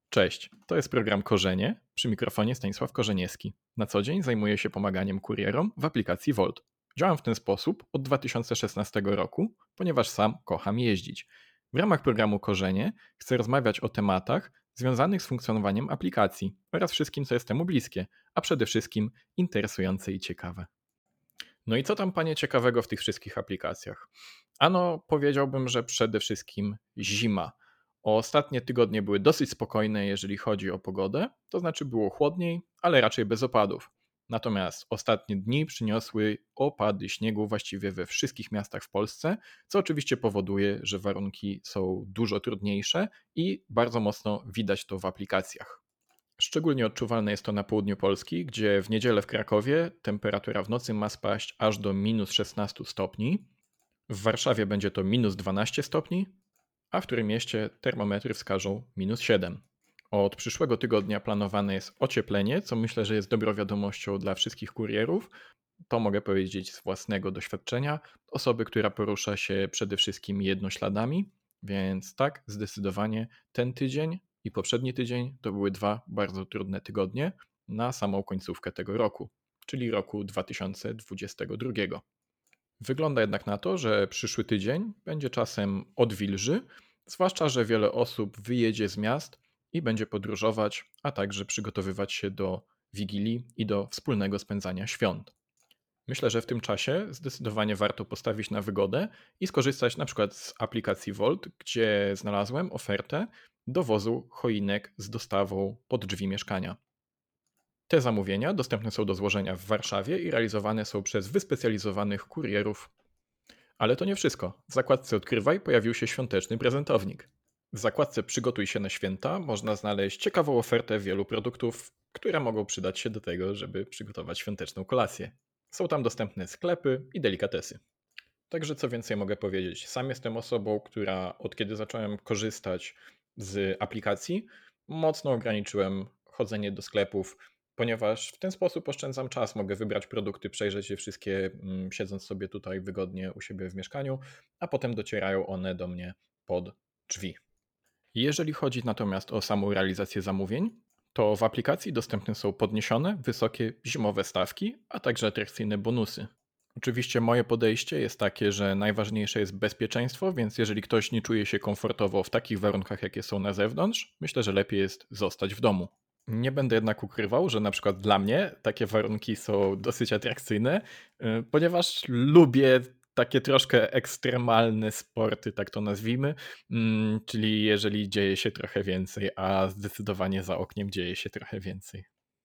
Cześć, to jest program Korzenie, przy mikrofonie Stanisław Korzeniewski. Na co dzień zajmuję się pomaganiem kurierom w aplikacji Volt. Działam w ten sposób od 2016 roku, ponieważ sam kocham jeździć. W ramach programu Korzenie chcę rozmawiać o tematach związanych z funkcjonowaniem aplikacji oraz wszystkim, co jest temu bliskie, a przede wszystkim interesujące i ciekawe. No i co tam, panie, ciekawego w tych wszystkich aplikacjach? Ano, powiedziałbym, że przede wszystkim zima. Ostatnie tygodnie były dosyć spokojne, jeżeli chodzi o pogodę, to znaczy było chłodniej, ale raczej bez opadów. Natomiast ostatnie dni przyniosły opady śniegu właściwie we wszystkich miastach w Polsce, co oczywiście powoduje, że warunki są dużo trudniejsze i bardzo mocno widać to w aplikacjach. Szczególnie odczuwalne jest to na południu Polski, gdzie w niedzielę w Krakowie temperatura w nocy ma spaść aż do minus 16 stopni. W Warszawie będzie to minus 12 stopni, a w Trójmieście termometry wskażą minus 7. Od przyszłego tygodnia planowane jest ocieplenie, co myślę, że jest dobrą wiadomością dla wszystkich kurierów. To mogę powiedzieć z własnego doświadczenia, osoby, która porusza się przede wszystkim jednośladami, więc tak, zdecydowanie ten tydzień i poprzedni tydzień to były dwa bardzo trudne tygodnie na samą końcówkę tego roku, czyli roku 2022. Wygląda jednak na to, że przyszły tydzień będzie czasem odwilży, zwłaszcza że wiele osób wyjedzie z miast i będzie podróżować, a także przygotowywać się do Wigilii i do wspólnego spędzania świąt. Myślę, że w tym czasie zdecydowanie warto postawić na wygodę i skorzystać na przykład z aplikacji Volt, gdzie znalazłem ofertę dowozu choinek z dostawą pod drzwi mieszkania. Te zamówienia dostępne są do złożenia w Warszawie i realizowane są przez wyspecjalizowanych kurierów. Ale to nie wszystko. W zakładce Odkrywaj pojawił się świąteczny prezentownik. W zakładce Przygotuj się na święta można znaleźć ciekawą ofertę wielu produktów, które mogą przydać się do tego, żeby przygotować świąteczną kolację. Są tam dostępne sklepy i delikatesy. Także co więcej mogę powiedzieć? Sam jestem osobą, która od kiedy zacząłem korzystać z aplikacji, mocno ograniczyłem chodzenie do sklepów, ponieważ w ten sposób oszczędzam czas. Mogę wybrać produkty, przejrzeć je wszystkie, siedząc sobie tutaj wygodnie u siebie w mieszkaniu, a potem docierają one do mnie pod drzwi. Jeżeli chodzi natomiast o samą realizację zamówień, to w aplikacji dostępne są podniesione, wysokie zimowe stawki, a także atrakcyjne bonusy. Oczywiście moje podejście jest takie, że najważniejsze jest bezpieczeństwo, więc jeżeli ktoś nie czuje się komfortowo w takich warunkach, jakie są na zewnątrz, myślę, że lepiej jest zostać w domu. Nie będę jednak ukrywał, że na przykład dla mnie takie warunki są dosyć atrakcyjne, ponieważ lubię takie troszkę ekstremalne sporty, tak to nazwijmy, czyli jeżeli dzieje się trochę więcej, a zdecydowanie za oknem dzieje się trochę więcej.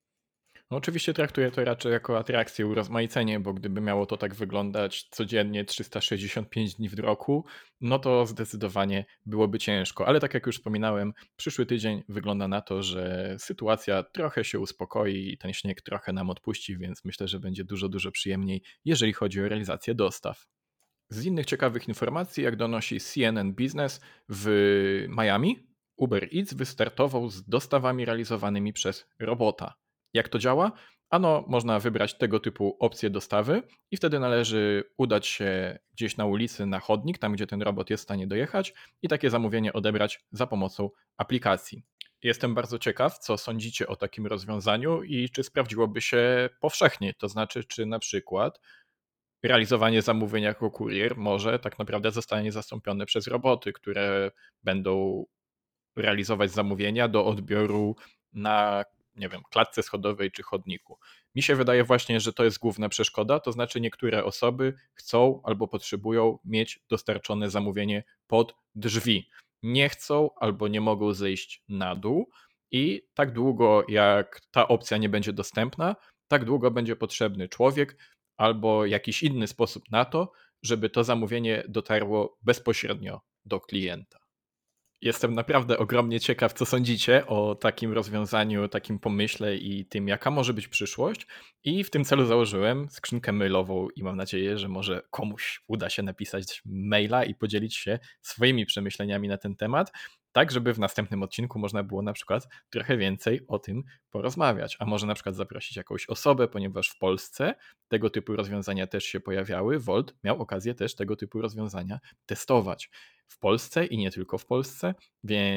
No oczywiście traktuję to raczej jako atrakcję, urozmaicenie, bo gdyby miało to tak wyglądać codziennie 365 dni w roku, no to zdecydowanie byłoby ciężko. Ale tak jak już wspominałem, przyszły tydzień wygląda na to, że sytuacja trochę się uspokoi i ten śnieg trochę nam odpuści, więc myślę, że będzie dużo, dużo przyjemniej, jeżeli chodzi o realizację dostaw. Z innych ciekawych informacji, jak donosi CNN Business, w Miami Uber Eats wystartował z dostawami realizowanymi przez robota. Jak to działa? Ano, można wybrać tego typu opcję dostawy i wtedy należy udać się gdzieś na ulicy, na chodnik, tam gdzie ten robot jest w stanie dojechać i takie zamówienie odebrać za pomocą aplikacji. Jestem bardzo ciekaw, co sądzicie o takim rozwiązaniu i czy sprawdziłoby się powszechnie, to znaczy, czy na przykład realizowanie zamówień jako kurier może tak naprawdę zostanie zastąpione przez roboty, które będą realizować zamówienia do odbioru na, nie wiem, klatce schodowej czy chodniku. Mi się wydaje właśnie, że to jest główna przeszkoda, to znaczy niektóre osoby chcą albo potrzebują mieć dostarczone zamówienie pod drzwi. Nie chcą albo nie mogą zejść na dół i tak długo jak ta opcja nie będzie dostępna, tak długo będzie potrzebny człowiek albo jakiś inny sposób na to, żeby to zamówienie dotarło bezpośrednio do klienta. Jestem naprawdę ogromnie ciekaw, co sądzicie o takim rozwiązaniu, takim pomyśle i tym, jaka może być przyszłość. I w tym celu założyłem skrzynkę mailową i mam nadzieję, że może komuś uda się napisać maila i podzielić się swoimi przemyśleniami na ten temat, tak żeby w następnym odcinku można było na przykład trochę więcej o tym porozmawiać. A może na przykład zaprosić jakąś osobę, ponieważ w Polsce tego typu rozwiązania też się pojawiały. Volt miał okazję też tego typu rozwiązania testować w Polsce i nie tylko w Polsce, więc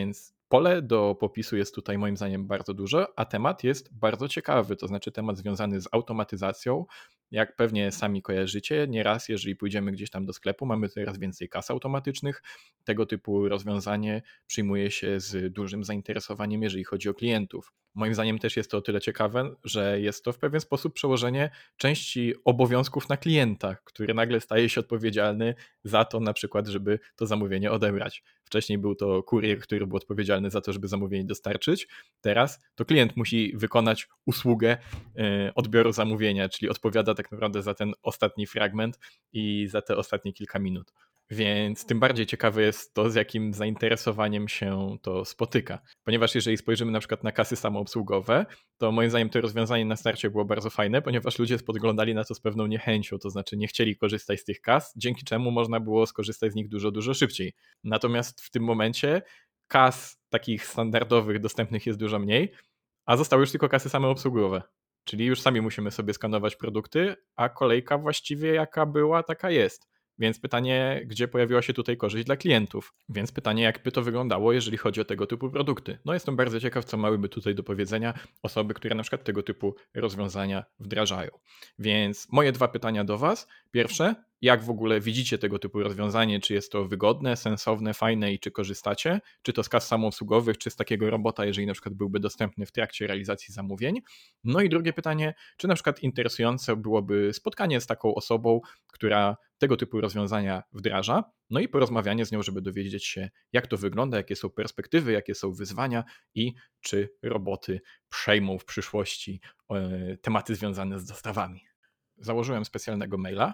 Pole do popisu jest tutaj moim zdaniem bardzo dużo, a temat jest bardzo ciekawy, to znaczy temat związany z automatyzacją. Jak pewnie sami kojarzycie, nieraz jeżeli pójdziemy gdzieś tam do sklepu, mamy coraz więcej kas automatycznych. Tego typu rozwiązanie przyjmuje się z dużym zainteresowaniem, jeżeli chodzi o klientów. Moim zdaniem też jest to o tyle ciekawe, że jest to w pewien sposób przełożenie części obowiązków na klienta, który nagle staje się odpowiedzialny za to na przykład, żeby to zamówienie odebrać. Wcześniej był to kurier, który był odpowiedzialny za to, żeby zamówienie dostarczyć. Teraz to klient musi wykonać usługę odbioru zamówienia, czyli odpowiada tak naprawdę za ten ostatni fragment i za te ostatnie kilka minut. Więc tym bardziej ciekawe jest to, z jakim zainteresowaniem się to spotyka. Ponieważ jeżeli spojrzymy na przykład na kasy samoobsługowe, to moim zdaniem to rozwiązanie na starcie było bardzo fajne, ponieważ ludzie spoglądali na to z pewną niechęcią, to znaczy nie chcieli korzystać z tych kas, dzięki czemu można było skorzystać z nich dużo, dużo szybciej. Natomiast w tym momencie kas takich standardowych, dostępnych jest dużo mniej, a zostały już tylko kasy samoobsługowe. Czyli już sami musimy sobie skanować produkty, a kolejka właściwie jaka była, taka jest. Więc pytanie, gdzie pojawiła się tutaj korzyść dla klientów? Więc pytanie, jak by to wyglądało, jeżeli chodzi o tego typu produkty? No jestem bardzo ciekaw, co miałyby tutaj do powiedzenia osoby, które na przykład tego typu rozwiązania wdrażają. Więc moje dwa pytania do Was. Pierwsze, jak w ogóle widzicie tego typu rozwiązanie? Czy jest to wygodne, sensowne, fajne i czy korzystacie? Czy to z kas samoobsługowych, czy z takiego robota, jeżeli na przykład byłby dostępny w trakcie realizacji zamówień? No i drugie pytanie, czy na przykład interesujące byłoby spotkanie z taką osobą, która tego typu rozwiązania wdraża, no i porozmawianie z nią, żeby dowiedzieć się, jak to wygląda, jakie są perspektywy, jakie są wyzwania i czy roboty przejmą w przyszłości tematy związane z dostawami. Założyłem specjalnego maila,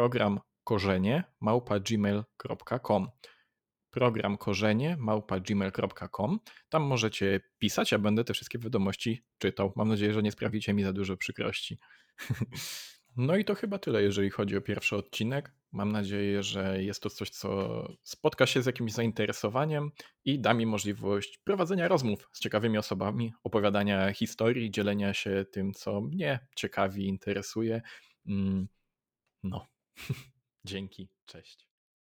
programkorzenie@gmail.com. Programkorzenie@gmail.com. Tam możecie pisać, a będę te wszystkie wiadomości czytał. Mam nadzieję, że nie sprawicie mi za dużo przykrości. No i to chyba tyle, jeżeli chodzi o pierwszy odcinek. Mam nadzieję, że jest to coś, co spotka się z jakimś zainteresowaniem i da mi możliwość prowadzenia rozmów z ciekawymi osobami, opowiadania historii, dzielenia się tym, co mnie ciekawi, interesuje. No, dzięki, cześć.